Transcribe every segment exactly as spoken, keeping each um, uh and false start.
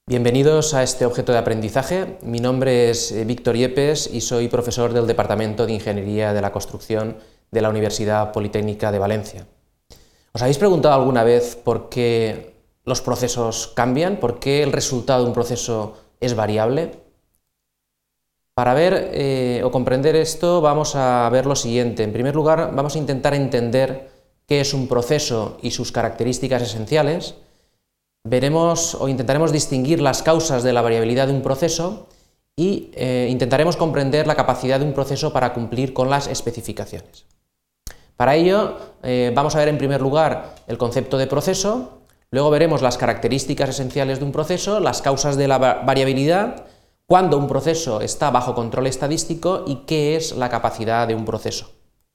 Bienvenidos a este objeto de aprendizaje. Mi nombre es Víctor Yepes y soy profesor del Departamento de Ingeniería de la Construcción de la Universidad Politécnica de Valencia. ¿Os habéis preguntado alguna vez por qué los procesos cambian? ¿Por qué el resultado de un proceso es variable? Para ver eh, o comprender esto vamos a ver lo siguiente. En primer lugar, vamos a intentar entender qué es un proceso y sus características esenciales. Veremos o intentaremos distinguir las causas de la variabilidad de un proceso y eh, intentaremos comprender la capacidad de un proceso para cumplir con las especificaciones. Para ello eh, vamos a ver en primer lugar el concepto de proceso, luego veremos las características esenciales de un proceso, las causas de la variabilidad, cuándo un proceso está bajo control estadístico y qué es la capacidad de un proceso.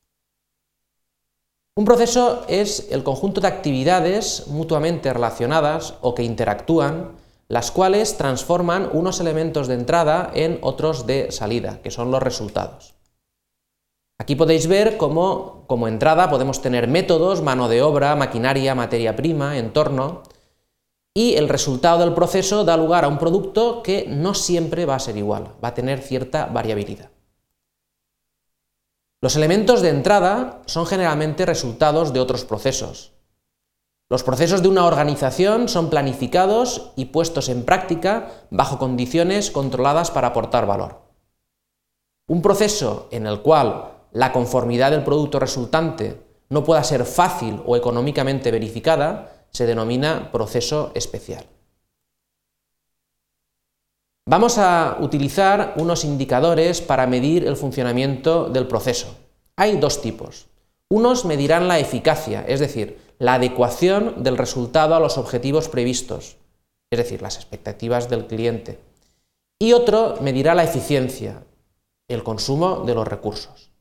Un proceso es el conjunto de actividades mutuamente relacionadas o que interactúan, las cuales transforman unos elementos de entrada en otros de salida, que son los resultados. Aquí podéis ver cómo como entrada podemos tener métodos, mano de obra, maquinaria, materia prima, entorno, y el resultado del proceso da lugar a un producto que no siempre va a ser igual, va a tener cierta variabilidad. Los elementos de entrada son generalmente resultados de otros procesos. Los procesos de una organización son planificados y puestos en práctica bajo condiciones controladas para aportar valor. Un proceso en el cual la conformidad del producto resultante no pueda ser fácil o económicamente verificada se denomina proceso especial. Vamos a utilizar unos indicadores para medir el funcionamiento del proceso. Hay dos tipos. Unos medirán la eficacia, es decir, la adecuación del resultado a los objetivos previstos, es decir, las expectativas del cliente. Y otro medirá la eficiencia, el consumo de los recursos.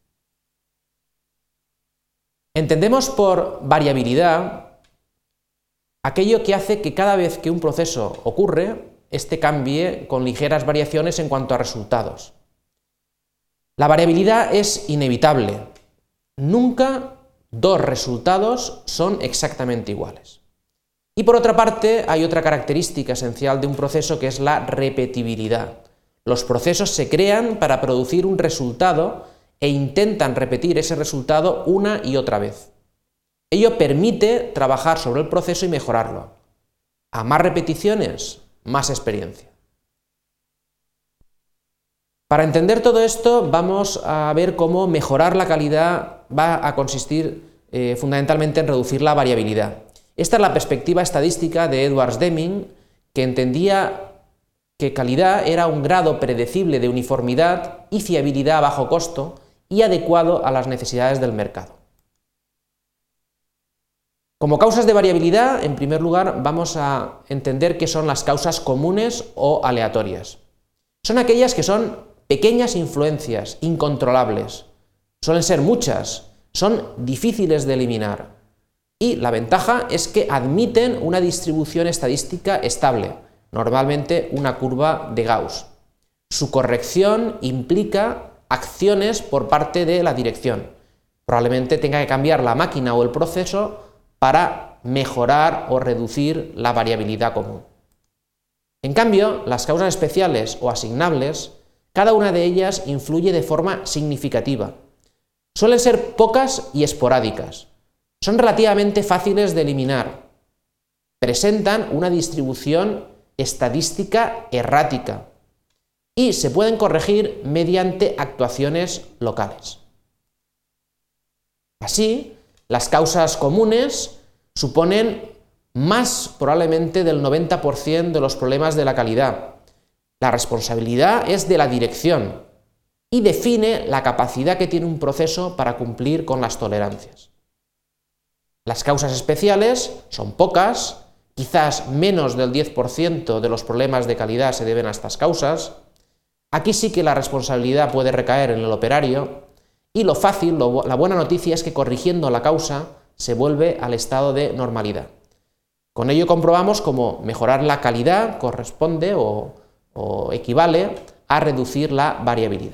Entendemos por variabilidad aquello que hace que cada vez que un proceso ocurre, este cambie con ligeras variaciones en cuanto a resultados. La variabilidad es inevitable. Nunca dos resultados son exactamente iguales. Y por otra parte, hay otra característica esencial de un proceso que es la repetibilidad. Los procesos se crean para producir un resultado e intentan repetir ese resultado una y otra vez. Ello permite trabajar sobre el proceso y mejorarlo. A más repeticiones, más experiencia. Para entender todo esto vamos a ver cómo mejorar la calidad va a consistir eh, fundamentalmente en reducir la variabilidad. Esta es la perspectiva estadística de Edwards Deming, que entendía que calidad era un grado predecible de uniformidad y fiabilidad a bajo costo y adecuado a las necesidades del mercado. Como causas de variabilidad, en primer lugar, vamos a entender qué son las causas comunes o aleatorias. Son aquellas que son pequeñas influencias, incontrolables. Suelen ser muchas, son difíciles de eliminar. Y la ventaja es que admiten una distribución estadística estable, normalmente una curva de Gauss. Su corrección implica acciones por parte de la dirección. Probablemente tenga que cambiar la máquina o el proceso para mejorar o reducir la variabilidad común. En cambio, las causas especiales o asignables, cada una de ellas influye de forma significativa. Suelen ser pocas y esporádicas. Son relativamente fáciles de eliminar. Presentan una distribución estadística errática y se pueden corregir mediante actuaciones locales. Así, las causas comunes suponen más probablemente del noventa por ciento de los problemas de la calidad. La responsabilidad es de la dirección y define la capacidad que tiene un proceso para cumplir con las tolerancias. Las causas especiales son pocas, quizás menos del diez por ciento de los problemas de calidad se deben a estas causas. Aquí sí que la responsabilidad puede recaer en el operario. Y lo fácil, lo, la buena noticia es que corrigiendo la causa se vuelve al estado de normalidad. Con ello comprobamos cómo mejorar la calidad corresponde o, o equivale a reducir la variabilidad.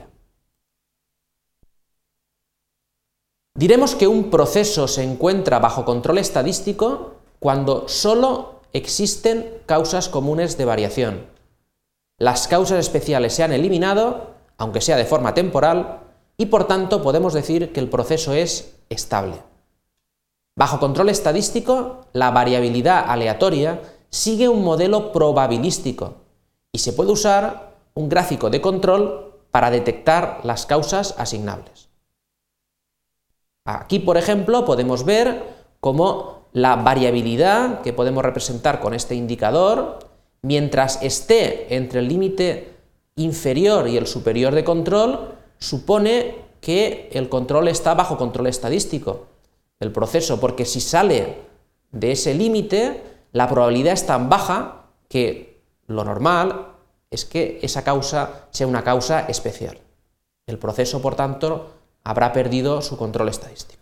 Diremos que un proceso se encuentra bajo control estadístico cuando solo existen causas comunes de variación. Las causas especiales se han eliminado, aunque sea de forma temporal, y por tanto podemos decir que el proceso es estable. Bajo control estadístico, la variabilidad aleatoria sigue un modelo probabilístico y se puede usar un gráfico de control para detectar las causas asignables. Aquí, por ejemplo, podemos ver cómo la variabilidad que podemos representar con este indicador, mientras esté entre el límite inferior y el superior de control, supone que el control está bajo control estadístico, el proceso, porque si sale de ese límite, la probabilidad es tan baja que lo normal es que esa causa sea una causa especial. El proceso, por tanto, habrá perdido su control estadístico.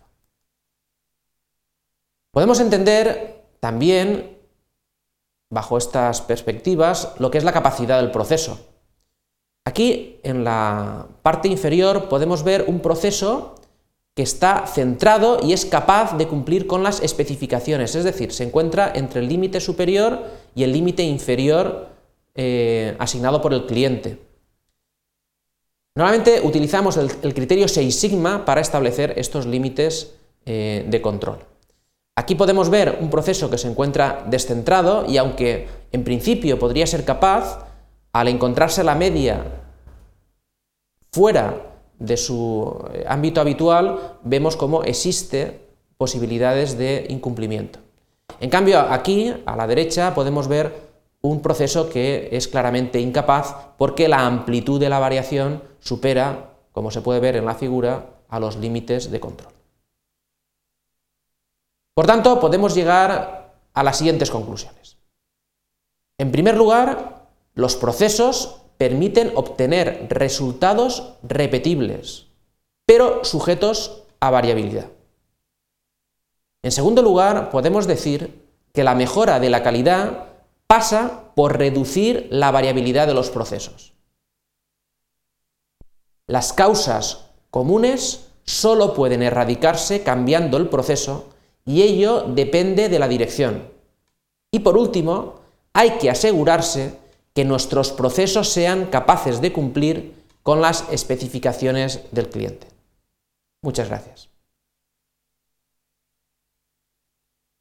Podemos entender también, bajo estas perspectivas, lo que es la capacidad del proceso. Aquí, en la parte inferior, podemos ver un proceso que está centrado y es capaz de cumplir con las especificaciones, es decir, se encuentra entre el límite superior y el límite inferior eh, asignado por el cliente. Normalmente utilizamos el, el criterio seis sigma para establecer estos límites eh, de control. Aquí podemos ver un proceso que se encuentra descentrado y aunque en principio podría ser capaz, al encontrarse la media fuera de su ámbito habitual, vemos cómo existe posibilidades de incumplimiento. En cambio, aquí, a la derecha, podemos ver un proceso que es claramente incapaz porque la amplitud de la variación supera, como se puede ver en la figura, a los límites de control. Por tanto, podemos llegar a las siguientes conclusiones. En primer lugar, los procesos permiten obtener resultados repetibles, pero sujetos a variabilidad. En segundo lugar, podemos decir que la mejora de la calidad pasa por reducir la variabilidad de los procesos. Las causas comunes solo pueden erradicarse cambiando el proceso y ello depende de la dirección. Y por último, hay que asegurarse que nuestros procesos sean capaces de cumplir con las especificaciones del cliente. Muchas gracias.